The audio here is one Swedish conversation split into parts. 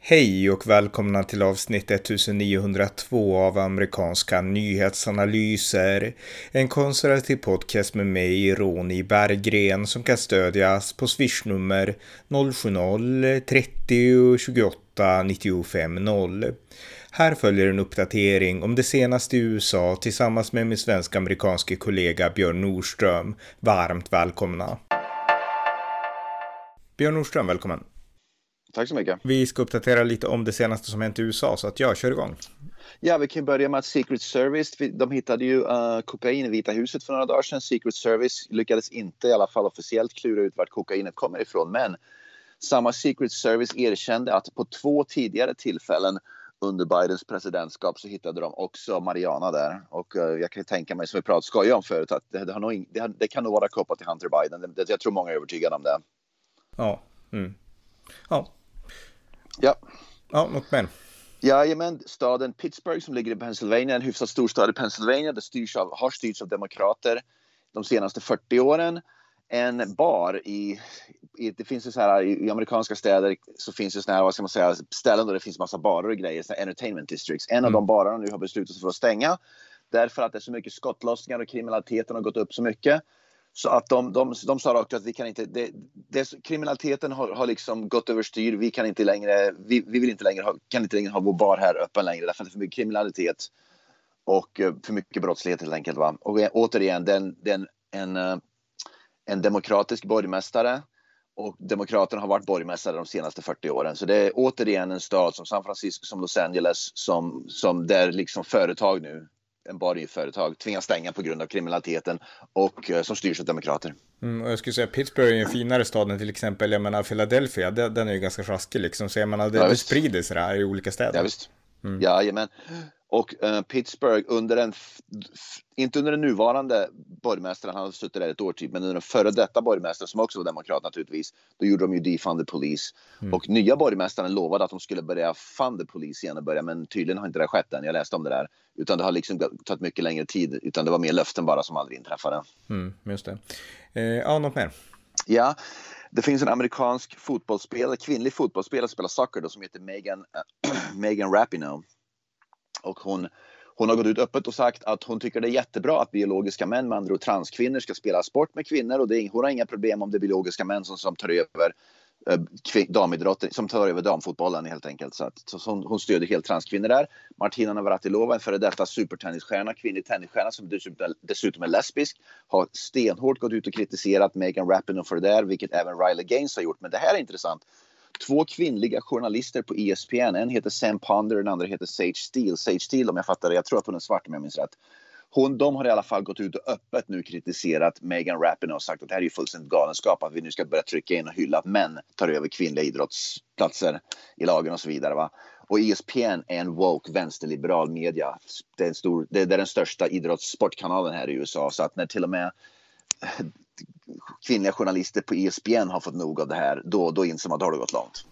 Hej och välkomna till avsnitt 1902 av amerikanska nyhetsanalyser. En konservativ podcast med mig, Ronny Berggren, som kan stödjas på swishnummer 070-30 28 95 0. Här följer en uppdatering om det senaste i USA tillsammans med min svensk-amerikanske kollega Björn Nordström. Varmt välkomna. Björn Nordström, välkommen. Tack så mycket. Vi ska uppdatera lite om det senaste som hänt i USA, så att jag kör igång. Ja, vi kan börja med att Secret Service, de hittade ju kokain i Vita huset för några dagar sedan. Secret Service lyckades inte i alla fall officiellt klura ut vart kokainet kommer ifrån, men samma Secret Service erkände att på 2 tidigare tillfällen under Bidens presidentskap så hittade de också marijuana där. Och jag kan tänka mig, som vi skojade om förut, att det kan nog vara kopplat till Hunter Biden. Jag tror många är övertygade om det. Ja. Ja, något mer. Jajamän, staden Pittsburgh som ligger i Pennsylvania, en hyfsat stor stad i Pennsylvania, det har styrts av demokrater de senaste 40 åren. En bar det finns ju så här i amerikanska städer, så finns det såna här, vad ska man säga, ställen där det finns massa barer och grejer, så entertainment districts. En av de barerna nu har beslutat sig för att stänga därför att det är så mycket skottlossningar och kriminaliteten har gått upp så mycket. Så att de sa rakt att vi kan inte, kriminaliteten har liksom gått överstyr. Vi kan inte längre, kan inte längre ha vår bar här öppen längre, därför att det är för mycket kriminalitet och för mycket brottslighet helt enkelt, va? Och återigen, en demokratisk borgmästare, och demokraterna har varit borgmästare de senaste 40 åren. Så det är återigen en stad som San Francisco, som Los Angeles, som där liksom företag nu, en bar i företag tvingas stänga på grund av kriminaliteten och som styrs av demokrater. Och jag skulle säga Pittsburgh är en finare stad än till exempel, jag menar Philadelphia, den är ju ganska sjaskig liksom, så jag menar det sprider sig där i olika städer. Ja, visst. Jajamän. Och Pittsburgh inte under den nuvarande borgmästaren, han hade suttit där ett år typ, men under den före detta borgmästaren som också var demokrat naturligtvis, då gjorde de ju defund the police. Och nya borgmästaren lovade att de skulle börja fund the police igen och börja, men tydligen har inte det skett än. Jag läste om det där, utan det har liksom tagit mycket längre tid, utan det var mer löften bara som aldrig inträffade. Just det. Något mer? Ja, det finns en amerikansk kvinnlig fotbollsspelare som spelar soccer då, som heter Megan Rapinoe. Och hon har gått ut öppet och sagt att hon tycker det är jättebra att biologiska män, med andra och transkvinnor, ska spela sport med kvinnor. Och hon har inga problem om det är biologiska män som tar över damidrotten, som tar över damfotbollen helt enkelt. Så hon stöder helt transkvinnor där. Martina Navratilova, en före detta supertennisstjärna, kvinnlig tennisstjärna som dessutom är lesbisk, har stenhårt gått ut och kritiserat Megan Rapinoe för det där, vilket även Riley Gaines har gjort. Men det här är intressant. 2 kvinnliga journalister på ESPN, en heter Sam Ponder, den andra heter Sage Steele, om jag fattar det, jag tror att hon är svart om jag minns rätt. De har i alla fall gått ut och öppet nu kritiserat Megan Rapinoe och sagt att det här är ju fullständigt galenskap, att vi nu ska börja trycka in och hylla att män tar över kvinnliga idrottsplatser i lagen och så vidare, va? Och ESPN är en woke vänsterliberal media. Det är den största idrottssportkanalen här i USA, så att när till och med kvinnliga journalister på ESPN har fått nog av det här, då inser man att det har gått långt.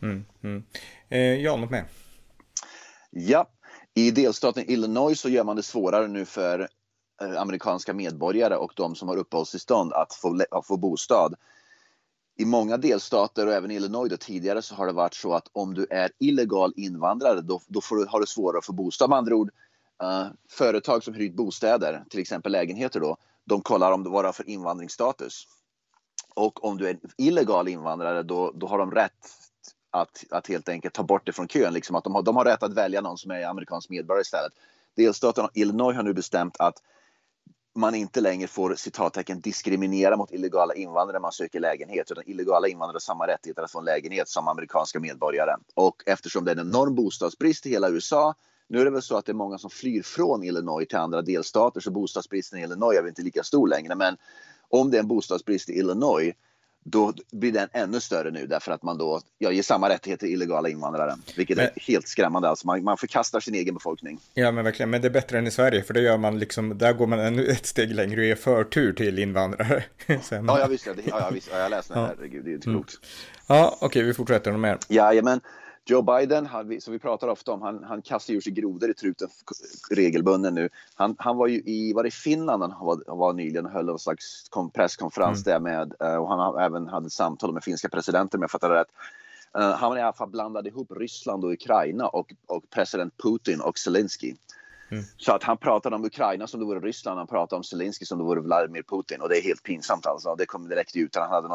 Ja, något mer? Ja, i delstaten Illinois så gör man det svårare nu för amerikanska medborgare och de som har uppehållstillstånd att få bostad. I många delstater och även i Illinois då, tidigare så har det varit så att om du är illegal invandrare då har du svårare att få bostad. Med andra ord, företag som hyr ut bostäder, till exempel lägenheter då, de kollar om det var för invandringsstatus. Och om du är illegal invandrare då har de rätt att helt enkelt ta bort det från kön. Liksom att de har rätt att välja någon som är amerikansk medborgare istället. Delstaten Illinois har nu bestämt att man inte längre får citattecken diskriminera mot illegala invandrare när man söker lägenhet. Utan illegala invandrare har samma rättigheter att få en lägenhet som amerikanska medborgare. Och eftersom det är en enorm bostadsbrist i hela USA, nu är det väl så att det är många som flyr från Illinois till andra delstater, så bostadsbristen i Illinois är väl inte lika stor längre. Men om det är en bostadsbrist i Illinois, då blir den ännu större nu, därför att man då ger samma rättigheter till illegala invandrare, vilket är helt skrämmande. Alltså man förkastar sin egen befolkning. Ja, men verkligen, men det är bättre än i Sverige, för det gör man liksom, där går man ännu ett steg längre och ger förtur till invandrare. Ja, visst, jag läste det här, herregud, det är inte klokt. Ja, okej, vi fortsätter med. Ja, men Joe Biden, som vi pratar ofta om, han kastar ju sig grodor i truten regelbunden nu. Han var ju i Finland, han var nyligen och höll en slags presskonferens där med, och han även hade samtal med finska presidenter, om jag fattar rätt. Han har i alla fall blandat ihop Ryssland och Ukraina och president Putin och Zelensky. Så att han pratade om Ukraina som det vore Ryssland, han pratade om Zelensky som det vore Vladimir Putin, och det är helt pinsamt alltså. Det kom direkt ut, han hade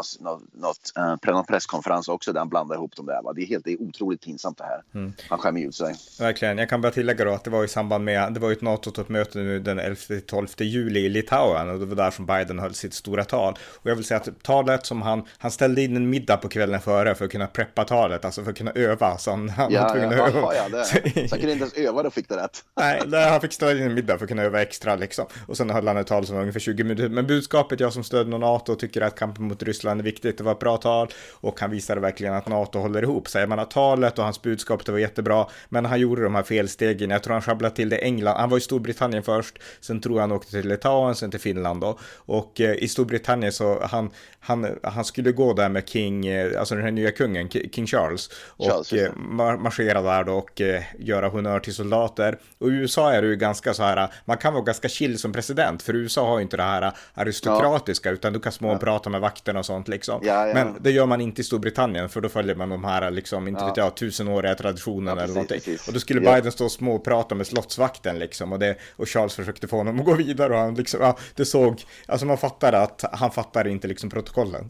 någon presskonferens också där han blandade ihop dem där. Va? Det är otroligt pinsamt det här. Han skämmer ut sig. Verkligen, jag kan bara tillägga då att det var i samband med, det var ett NATO-toppmöte nu den 11-12 juli i Litauen, och det var där som Biden höll sitt stora tal. Och jag vill säga att talet som han ställde in en middag på kvällen före för att kunna preppa talet, alltså för att kunna öva. Så han var tvungen att öva. Så han kunde inte ens öva, då fick det rätt. Nej, han fick ställa in en middag för att kunna öva extra liksom. Och sen höll han ett tal som var ungefär 20 minuter. Men budskapet, jag som stödjer NATO tycker att kampen mot Ryssland är viktigt. Det var ett bra tal, och han visade verkligen att NATO håller ihop. Säger man att talet och hans budskap, det var jättebra, men han gjorde de här felstegen. Jag tror han sjabblade till det England. Han var i Storbritannien först, sen tror han åkte till Litauen, sen till Finland då. Och i Storbritannien så han skulle gå där med King, alltså den här nya kungen, King Charles, och marschera där då och göra honör till soldater. Och i USA är det ju ganska så här, man kan vara ganska chill som president, för USA har ju inte det här aristokratiska, utan du kan prata med vakterna och sånt liksom. Men det gör man inte i Storbritannien, för då följer man de här liksom, inte vet jag, 1000-åriga traditionen eller någonting. Precis. Och då skulle Biden stå och prata med slottsvakten liksom, och Charles försökte få honom att gå vidare, och han liksom, det såg, alltså man fattar att han fattar inte liksom protokollen.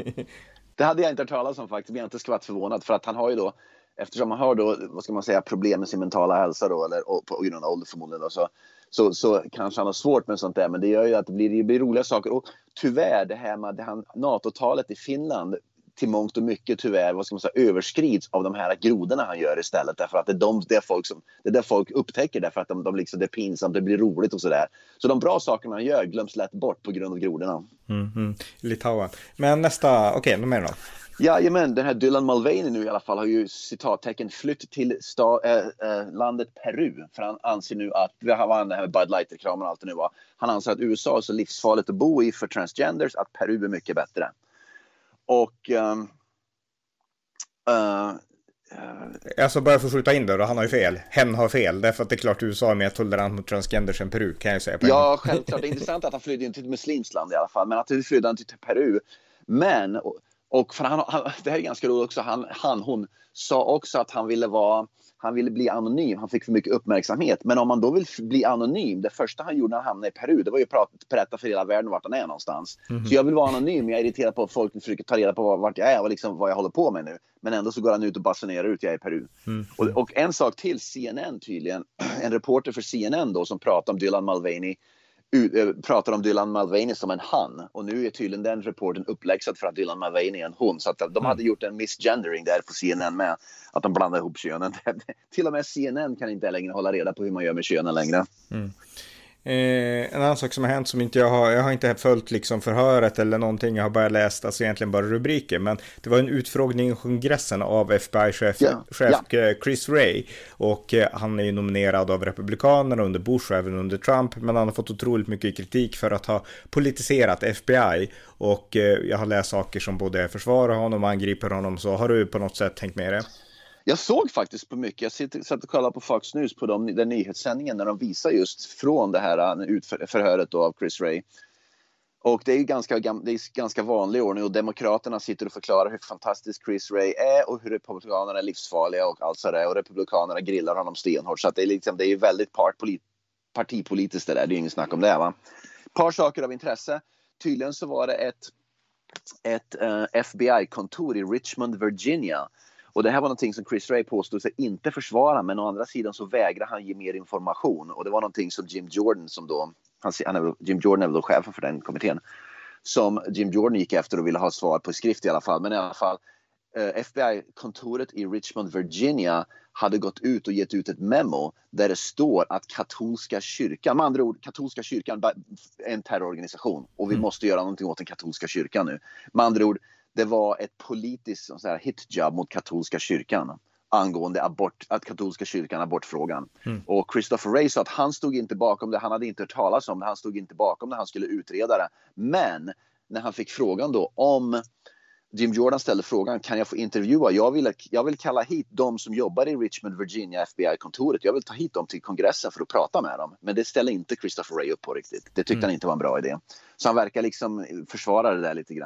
Det hade jag inte hört talas om faktiskt, men jag inte ska vara förvånad, för att han har ju då, eftersom han har då, vad ska man säga, problem med sin mentala hälsa då, eller på grund av ålder förmodligen då, så kanske han har svårt med sånt där, men det gör ju att det blir roliga saker. Och tyvärr det här med NATO-talet i Finland till mångt och mycket tyvärr, vad ska man säga, överskrids av de här grodorna han gör istället, därför att det är där folk upptäcker, därför att de liksom, det är pinsamt, det blir roligt och sådär. Så de bra sakerna han gör glöms lätt bort på grund av grodorna. Litauen. Men nästa, okej, vad menar du? Jajamän, den här Dylan Mulvaney nu i alla fall har ju citattecken flytt till landet Peru, för han anser nu att, det här med Bud Light-reklamen och allt det nu var, han anser att USA är så livsfarligt att bo i för transgenders att Peru är mycket bättre. Och alltså bara för att skjuta in det då, han har ju fel. Hen har fel, därför att det är klart USA är mer tolerant mot transgenders än Peru, kan jag säga. Ja, självklart. Det är intressant att han flydde inte till ett muslimskt land i alla fall, men att han flydde till Peru. Men, och för han, det här är ganska roligt också, hon sa också att han ville bli anonym, han fick för mycket uppmärksamhet. Men om man då vill bli anonym, det första han gjorde när han hamnade i Peru, det var ju att berätta för hela världen vart han är någonstans. Så jag vill vara anonym, jag är irriterad på att folk försöker ta reda på vart jag är och liksom vad jag håller på med nu. Men ändå så går han ut och basunerar ut, jag är i Peru. Och en sak till, CNN tydligen, en reporter för CNN då som pratar om Dylan Mulvaney som en han, och nu är tydligen den reporten uppläxad för att Dylan Mulvaney är en hon, så att de hade gjort en misgendering där på CNN med att de blandade ihop könen. Till och med CNN kan inte längre hålla reda på hur man gör med könen längre. En annan sak som har hänt som inte jag har inte följt liksom förhöret eller någonting, jag har bara läst alltså egentligen bara rubriker, men det var en utfrågning i kongressen av FBI-chef Chris Wray, och han är ju nominerad av republikanerna under Bush och även under Trump, men han har fått otroligt mycket kritik för att ha politiserat FBI, och jag har läst saker som både försvarar honom och angriper honom. Så har du på något sätt tänkt med det? Jag såg faktiskt på mycket. Jag satt och kollade på Fox News på den nyhetssändningen när de visar just från det här förhöret då av Chris Wray. Och det är ju ganska vanlig ordning, och demokraterna sitter och förklarar hur fantastisk Chris Wray är och hur republikanerna är livsfarliga och allt sådär, och republikanerna grillar honom stenhårt. Så att det är väldigt partipolitiskt det där, det är ingen snack om det, va. Ett par saker av intresse. Tydligen så var det ett FBI-kontor i Richmond, Virginia. Och det här var någonting som Chris Wray påstod sig inte försvara, men å andra sidan så vägrar han ge mer information. Och det var någonting som Jim Jordan, som då, Jim Jordan är väl då chefen för den kommittén, som Jim Jordan gick efter och ville ha svar på skrift i alla fall. Men i alla fall, FBI-kontoret i Richmond, Virginia hade gått ut och gett ut ett memo där det står att katolska kyrkan, med andra ord, katolska kyrkan är en terrororganisation och vi måste göra någonting åt den katolska kyrkan nu. Med andra ord, det var ett politiskt hitjob mot katolska kyrkan angående att katolska kyrkan abortfrågan. Och Christopher Wray sa att han stod inte bakom det, han hade inte hört talas om det, han stod inte bakom det, han skulle utreda det. Men när han fick frågan då om, Jim Jordan ställde frågan, kan jag få intervjua? Jag vill kalla hit de som jobbar i Richmond, Virginia, FBI-kontoret. Jag vill ta hit dem till kongressen för att prata med dem. Men det ställer inte Christopher Wray upp på riktigt. Det tyckte han inte var en bra idé. Så han verkar liksom försvara det där lite grann.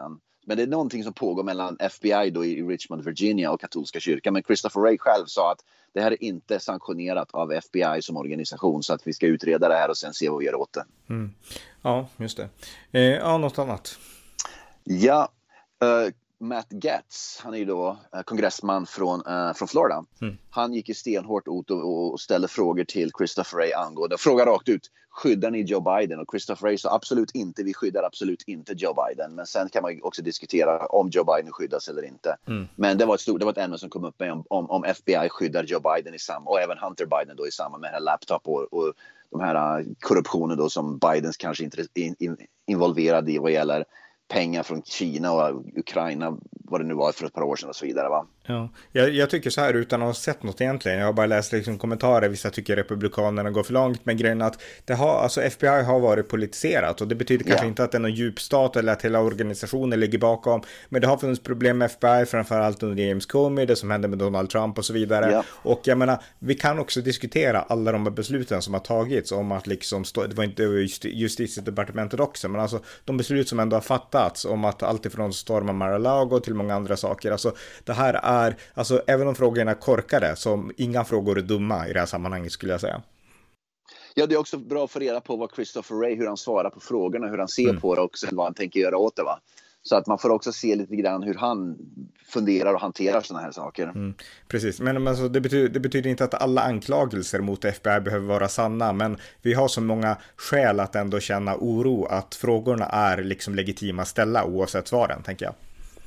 Men det är någonting som pågår mellan FBI då i Richmond, Virginia och katolska kyrkan. Men Christopher Wray själv sa att det här är inte sanktionerat av FBI som organisation, så att vi ska utreda det här och sen se vad vi gör åt det. Mm. Ja, just det. Ja, något annat. Ja, Matt Gaetz, han är ju då kongressman från Florida. Han gick ju stenhårt ut och ställde frågor till Christopher Wray angående. Fråga rakt ut, skyddar ni Joe Biden? Och Christopher Wray sa absolut inte, vi skyddar absolut inte Joe Biden. Men sen kan man ju också diskutera om Joe Biden skyddas eller inte. Men det var ett ämne som kom upp med om FBI skyddar Joe Biden och även Hunter Biden då i samband med den här laptop och de här korruptionen då som Bidens kanske inte involverad i vad gäller pengar från Kina och Ukraina, vad det nu var för ett par år sedan och så vidare, va? Ja, jag tycker så här utan att ha sett något egentligen. Jag har bara läst liksom kommentarer. Vissa tycker republikanerna går för långt, men grejen att FBI har varit politiserat och det betyder kanske inte att det är någon djupstat eller att hela organisationen ligger bakom. Men det har funnits problem med FBI, framförallt under James Comey, det som hände med Donald Trump och så vidare. Och jag menar, vi kan också diskutera alla de här besluten som har tagits om att liksom, det var inte justitiedepartementet också, men alltså de beslut som ändå har fattats om att alltifrån storma Mar-a-Lago till många andra saker. Alltså det här är, alltså även om frågorna är korkade, så inga frågor är dumma i det här sammanhanget skulle jag säga. Ja, det är också bra att få reda på vad Christopher Wray, hur han svarar på frågorna, hur han ser på det och sen vad han tänker göra åt det, va? Så att man får också se lite grann hur han funderar och hanterar sådana här saker. Precis, men alltså, det betyder inte att alla anklagelser mot FBI behöver vara sanna, men vi har så många skäl att ändå känna oro att frågorna är liksom legitima att ställa oavsett svaren, tänker jag.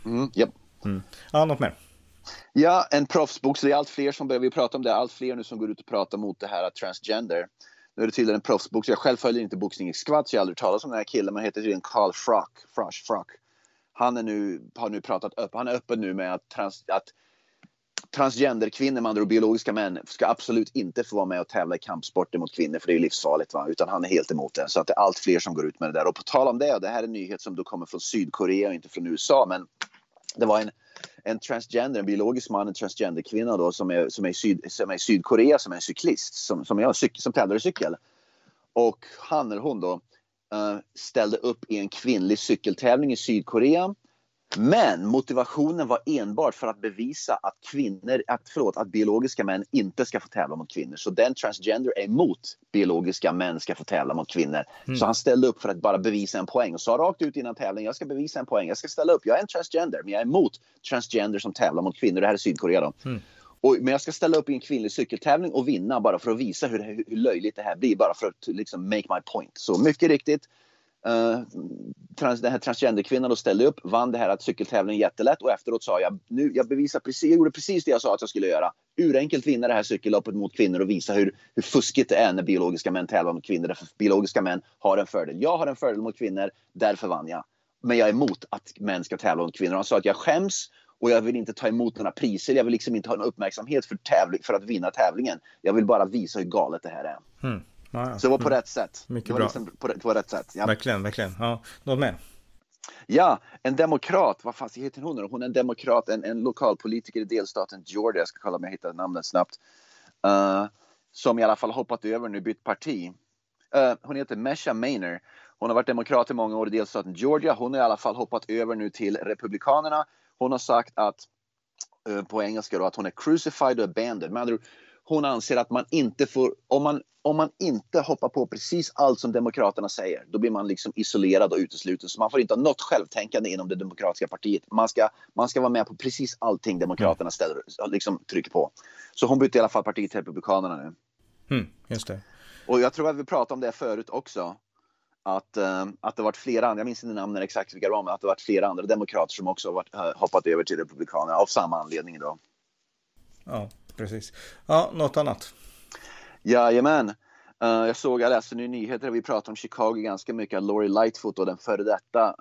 Ja, något mer? Ja, en proffsbok, så det är allt fler som börjar prata om det, allt fler nu som går ut och pratar mot det här transgender. Nu är det tydligen en proffsbok, så jag själv följer inte boxning i skvatt, så jag har aldrig talat om den här killen, men heter tydligen Carl Froch. Han har nu pratat upp, han är öppen nu med att transgenderkvinnor, med andra och biologiska män, ska absolut inte få vara med och tävla i kampsporter mot kvinnor, för det är ju livsfarligt, va? Utan han är helt emot det. Så att det är allt fler som går ut med det där. Och på tal om det, och det här är en nyhet som då kommer från Sydkorea och inte från USA, men det var en biologisk man, en transgenderkvinna då, som är i Sydkorea, som är en cyklist, som tävlar i cykel. Och han eller hon då ställde upp i en kvinnlig cykeltävling i Sydkorea. Men motivationen var enbart för att bevisa att biologiska män inte ska få tävla mot kvinnor. Så den transgender är emot biologiska män ska få tävla mot kvinnor. Så han ställde upp för att bara bevisa en poäng och sa rakt ut innan tävlingen: jag ska bevisa en poäng, jag ska ställa upp, jag är en transgender, men jag är emot transgender som tävlar mot kvinnor. Det här är Sydkorea då. Men jag ska ställa upp i en kvinnlig cykeltävling och vinna bara för att visa hur löjligt det här blir, bara för att liksom make my point. Så mycket riktigt, den här transgenderkvinnan då ställde upp, vann det här att cykeltävlingen jättelätt, och efteråt sa jag gjorde precis det jag sa att jag skulle göra. Urenkelt vinna det här cykelloppet mot kvinnor och visa hur fuskigt det är när biologiska män tävlar mot kvinnor. Därför biologiska män har en fördel. Jag har en fördel mot kvinnor, därför vann jag. Men jag är emot att män ska tävla mot kvinnor. Han sa att jag skäms och jag vill inte ta emot några priser. Jag vill liksom inte ha en uppmärksamhet för att vinna tävlingen. Jag vill bara visa hur galet det här är. Så det var på rätt sätt. Mycket bra. Liksom på rätt sätt. Ja. Verkligen. Ja, något mer? Ja, en demokrat. Vad fan heter hon? Hon är en demokrat, en lokalpolitiker i delstaten Georgia. Jag ska kolla om jag hittar namnet snabbt. Som i alla fall hoppat över nu, bytt parti. Hon heter Mesha Maynor. Hon har varit demokrat i många år i delstaten Georgia. Hon har i alla fall hoppat över nu till Republikanerna. Hon har sagt att, på engelska då, att hon är crucified och abandoned. Men hon anser att man inte får, om man inte hoppar på precis allt som demokraterna säger, då blir man liksom isolerad och utesluten. Så man får inte ha något självtänkande inom det demokratiska partiet. Man ska vara med på precis allting demokraterna liksom trycker på. Så hon bytte i alla fall parti till Republikanerna nu. Just det. Och jag tror att vi pratade om det förut också. Att det varit flera andra, jag minns inte namnen exakt vilka det var, men att det varit flera andra demokrater som också hoppat över till Republikanerna av samma anledning då. Ja, precis. Ja, något annat? Jajamän. Jag läste nu nyheter där vi pratar om Chicago ganska mycket, att Lori Lightfoot och den före detta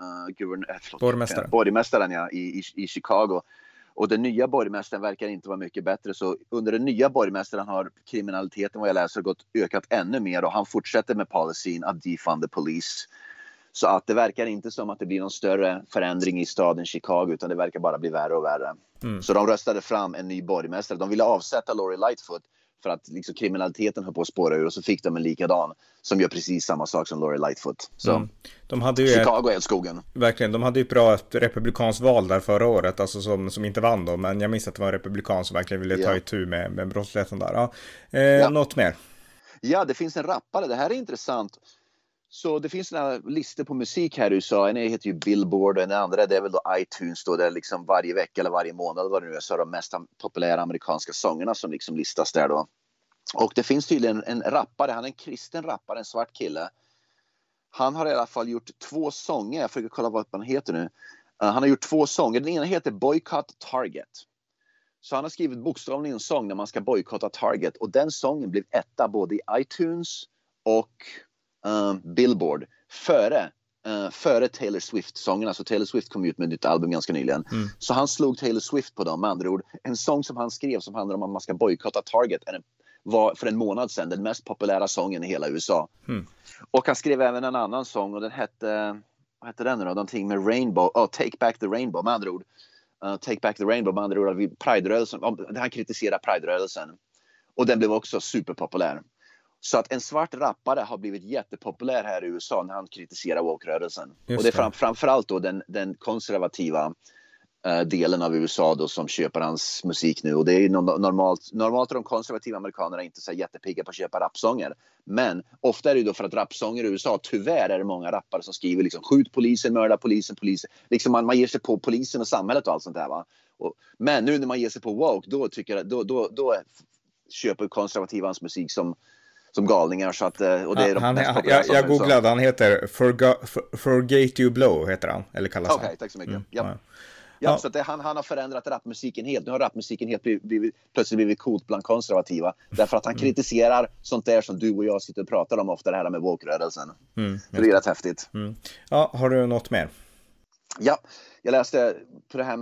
borgmästaren i Chicago. Och den nya borgmästaren verkar inte vara mycket bättre. Så under den nya borgmästaren har kriminaliteten, vad jag läser, ökat ännu mer. Och han fortsätter med policyn att defund the police. Så att det verkar inte som att det blir någon större förändring i staden Chicago, utan det verkar bara bli värre och värre. Så de röstade fram en ny borgmästare. De ville avsätta Lori Lightfoot för att liksom kriminaliteten höll på att spåra ur, och så fick de en likadan som gör precis samma sak som Lori Lightfoot. Så de hade ju Chicago är skogen. Verkligen, de hade ju ett bra republikanskt val där förra året, alltså som inte vann då, men jag minns att det var en republikan som verkligen ville ta itu med brottsligheten där. Något mer? Ja, det finns en rappare, det här är intressant. Så det finns några listor på musik här i USA. En heter ju Billboard och en andra det är väl då iTunes då, där liksom varje vecka eller varje månad vad det nu är, så är de mest populära amerikanska sångerna som liksom listas där då. Och det finns tydligen en rappare, han är en kristen rappare, en svart kille. Han har i alla fall gjort 2 sånger, jag försöker kolla vad han heter nu. Han har gjort 2 sånger, den ena heter Boycott Target. Så han har skrivit bokstavligen en sång när man ska bojkotta Target, och den sången blev etta både i iTunes och Billboard före Taylor Swift-sången. Alltså Taylor Swift kom ut med ett nytt album ganska nyligen. Så han slog Taylor Swift på dem, med andra ord. En sång som han skrev som handlar om att man ska bojkotta Target var för en månad sedan den mest populära sången i hela USA. Och han skrev även en annan sång, och den hette, vad hette den då? Någonting med Rainbow. Take Back the Rainbow, med andra ord. Take Back the Rainbow, med andra ord, Pride-rörelsen. Han kritiserar Pride-rörelsen. Och den blev också superpopulär. Så att en svart rappare har blivit jättepopulär här i USA när han kritiserar woke-rörelsen. Och det är framförallt då den konservativa delen av USA då som köper hans musik nu. Och det är normalt är de konservativa amerikanerna inte så jättepigga på att köpa rapsånger. Men ofta är det då för att rapsånger i USA, tyvärr är det många rappare som skriver liksom skjut polisen, mörda polisen. Liksom man ger sig på polisen och samhället och allt sånt där, va. Men nu när man ger sig på woke, då tycker jag då köper konservativa hans musik som galningar, så att, och det är jag googlade, han heter Forgate You Blow heter han, eller kallas han. Okej, tack så mycket. Ja, så att han har förändrat rapmusiken helt. Nu har rapmusiken helt plötsligt blivit coolt bland konservativa, därför att han kritiserar sånt där som du och jag sitter och pratar om ofta, det här med woke-rörelsen. Så det är rätt häftigt. Ja, har du något mer? Ja, jag läste på det här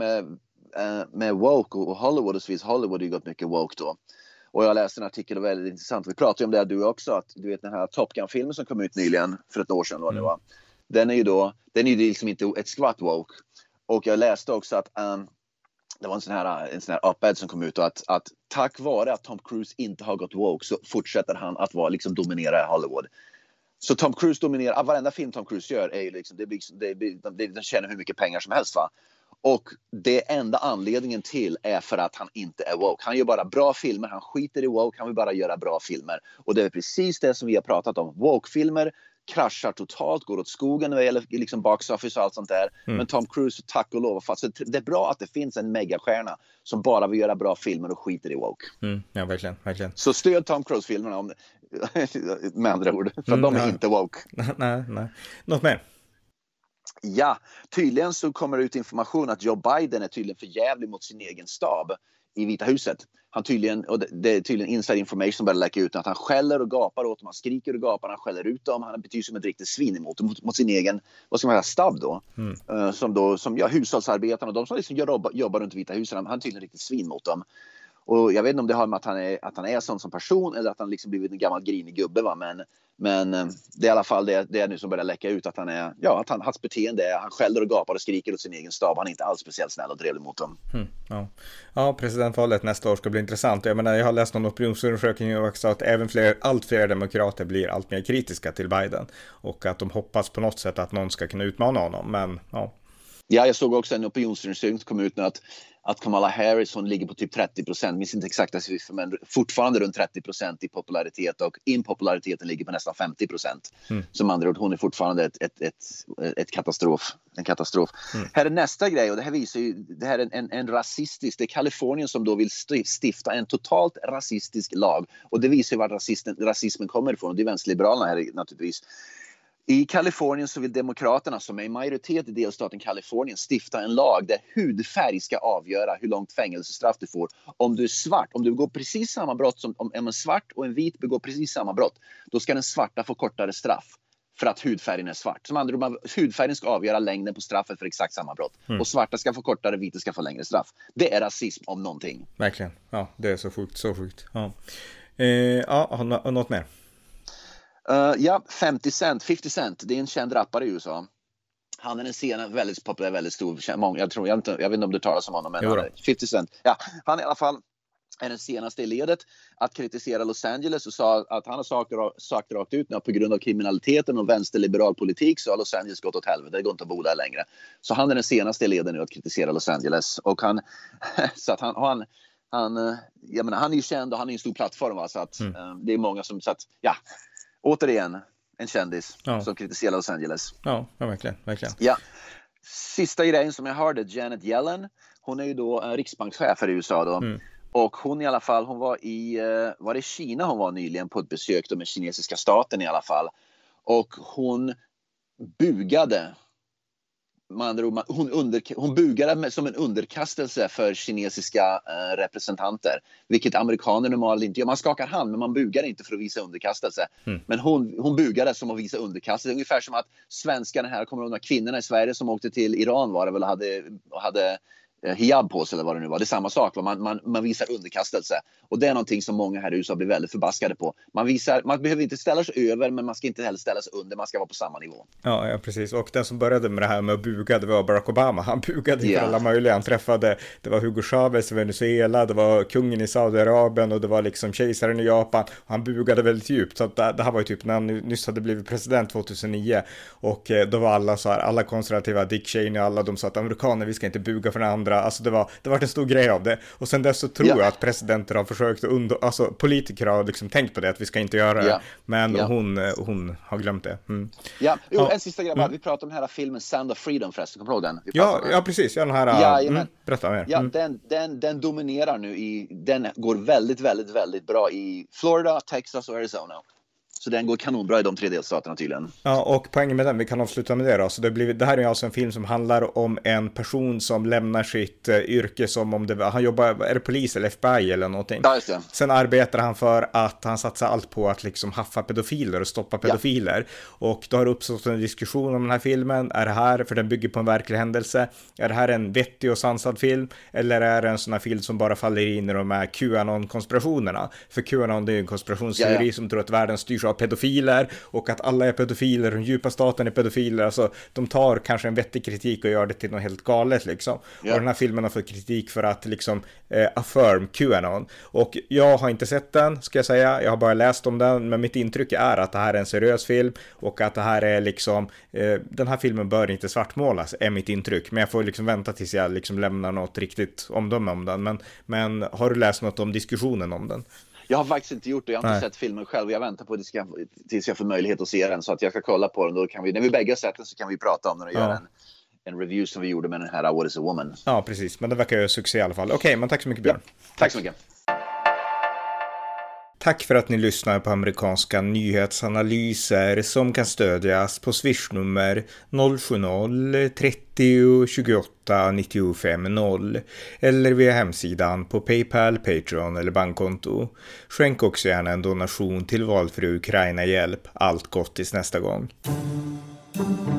med woke och Hollywood, och så vidare. Hollywood har ju gått mycket woke då. Och jag läste en artikel och väldigt intressant. Vi pratade om det du också, att du vet den här Top Gun-filmen som kom ut nyligen för ett år sedan, vad det var. Den är ju liksom inte ett skvatt woke. Och jag läste också att det var en sån här op-ed som kom ut, och att tack vare att Tom Cruise inte har gått woke så fortsätter han att vara liksom dominera Hollywood. Så Tom Cruise dominerar, varenda film Tom Cruise gör är ju liksom, de tjänar hur mycket pengar som helst, va. Och det enda anledningen till är för att han inte är woke. Han gör bara bra filmer, han skiter i woke, han vill bara göra bra filmer. Och det är precis det som vi har pratat om. Woke-filmer kraschar totalt, går åt skogen vad gäller liksom box office och allt sånt där. Men Tom Cruise, tack och lov, så det är bra att det finns en megastjärna som bara vill göra bra filmer och skiter i woke. Ja, verkligen. Så stöd Tom Cruise-filmerna med andra ord, för de är inte woke. Nej. Något mer? Ja, tydligen så kommer det ut information att Joe Biden är tydligen för jävlig mot sin egen stab i Vita huset. Han tydligen, och det är tydligen inside information som börjar läcka ut, att han skäller och gapar åt dem, han skriker och gapar, han skäller ut dem, han betyder som ett riktigt svin mot sin egen, vad ska man säga, stab då. Som hushållsarbetarna och de som liksom jobbar runt Vita huset, han är tydligen riktigt svin mot dem. Och jag vet inte om det har med att han är sån som person, eller att han liksom blivit en gammal grinig gubbe, va? Men det är i alla fall det nu som börjar läcka ut, att han är, hans beteende är, han skäller och gapar och skriker åt sin egen stab, han är inte alls speciellt snäll och trevlig mot dem. Ja, presidentvalet nästa år ska bli intressant. Jag menar, jag har läst någon opinionsundersökning också att allt fler demokrater blir allt mer kritiska till Biden, och att de hoppas på något sätt att någon ska kunna utmana honom, men ja. Ja, jag såg också en opinionsundersökning som kom ut nu att Kamala Harris, hon ligger på typ 30%, minns inte exakta siffror, men fortfarande runt 30% i popularitet, och impopulariteten ligger på nästan 50%. Som andra ord, hon är fortfarande en katastrof. Här är nästa grej, och det här visar ju, det här är en rasistisk, det är Kalifornien som då vill stifta en totalt rasistisk lag, och det visar ju var rasismen kommer ifrån, och det är vänsterliberalerna här naturligtvis. I Kalifornien så vill demokraterna, som är i majoritet i delstaten Kalifornien, stifta en lag där hudfärg ska avgöra hur långt fängelsestraff du får. Om du är svart, om du begår precis samma brott som om en svart och en vit begår precis samma brott, då ska den svarta få kortare straff för att hudfärgen är svart. Som andra ord, hudfärgen ska avgöra längden på straffet för exakt samma brott. Och svarta ska få kortare, vita ska få längre straff. Det är rasism om någonting. Verkligen, ja, det är så sjukt. Ja, något mer? 50 Cent, det är en känd rappare i USA. Han är en scen, väldigt populär, väldigt stor. Jag vet inte om du talar om honom, men 50 Cent. Ja, han i alla fall är den senaste i ledet att kritisera Los Angeles och sa att han har sagt rakt ut att på grund av kriminaliteten och vänsterliberal politik så har Los Angeles gått åt helvete. Det går inte att bo där längre. Så han är den senaste i ledet nu att kritisera Los Angeles. Och han är ju känd och han är en stor plattform. Va? Så att, det är många som återigen en kändis som kritiserar Los Angeles. Ja, verkligen. Ja. Sista grejen som jag hörde, Janet Yellen, hon är ju då riksbankschef i USA då. Och hon i alla fall, hon var det Kina hon var nyligen på ett besök då med kinesiska staten i alla fall. Och hon bugade. Hon bugade som en underkastelse för kinesiska representanter. Vilket amerikaner normalt inte gör. Man skakar hand men man bugar inte för att visa underkastelse. Men hon bugade som att visa underkastelse. Ungefär som att svenskarna här kommer undan kvinnorna i Sverige som åkte till Iran var det väl hade hijab på sig eller vad det nu var. Det är samma sak. Man visar underkastelse. Och det är någonting som många här i USA blir väldigt förbaskade på. Man behöver inte ställa sig över men man ska inte heller ställa sig under. Man ska vara på samma nivå. Ja, precis. Och den som började med det här med att buga, det var Barack Obama. Han bugade för alla möjliga. Han träffade, det var Hugo Chavez i Venezuela, det var kungen i Saudiarabien och det var liksom kejsaren i Japan. Och han bugade väldigt djupt. Så att det här var ju typ när han nyss hade blivit president 2009. Och då var alla konservativa, Dick Cheney och alla, de sa att amerikaner, vi ska inte buga för den andra. Alltså det var en stor grej av det. Och sen dess så tror jag att presidenter har försökt politiker har liksom tänkt på det, att vi ska inte göra det. Men hon har glömt det. En sista grej bara. Vi pratade om den här filmen Sound of Freedom förresten. Kommer du ihåg den? Ja, precis. Den här, berätta mer. Ja, den dominerar nu den går väldigt, väldigt, väldigt bra i Florida, Texas och Arizona. Så den går kanonbra i de 3 delstaterna tydligen. Ja, och poängen med den, vi kan avsluta med det då. Så det här är alltså en film som handlar om en person som lämnar sitt yrke som om han jobbar, är det polis eller FBI eller någonting. Ja, just det. Sen arbetar han för att han satsar allt på att liksom haffa pedofiler och stoppa pedofiler. Och då har det uppstått en diskussion om den här filmen. Är det här, för den bygger på en verklig händelse, är det här en vettig och sansad film? Eller är det en sån här film som bara faller in i de här QAnon-konspirationerna? För QAnon, det är ju en konspirationsteori som tror att världen styrs av pedofiler och att alla är pedofiler, den djupa staten är pedofiler. Alltså de tar kanske en vettig kritik och gör det till något helt galet liksom. Och den här filmen har fått kritik för att liksom affirm QAnon. Och jag har inte sett den, ska jag säga. Jag har bara läst om den, men mitt intryck är att det här är en seriös film och att det här är liksom den här filmen bör inte svartmålas, är mitt intryck. Men jag får liksom vänta tills jag liksom lämnar något riktigt omdöme om den. Men har du läst något om diskussionen om den? Jag har faktiskt inte gjort det. Jag har inte sett filmen själv. Jag väntar på att tills jag får möjlighet att se den. Så att jag ska kolla på den. Då kan när vi bägge har sett den så kan vi prata om den och göra en review som vi gjorde med den här What is a Woman. Ja, precis. Men det verkar ju succé i alla fall. Okej, men tack så mycket, Björn. Tack så mycket. Tack för att ni lyssnar på amerikanska nyhetsanalyser som kan stödjas på Swish-nummer 070-30 28 95 0 eller via hemsidan på PayPal, Patreon eller bankkonto. Skänk också gärna en donation till valfri Ukraina-hjälp. Allt gott tills nästa gång.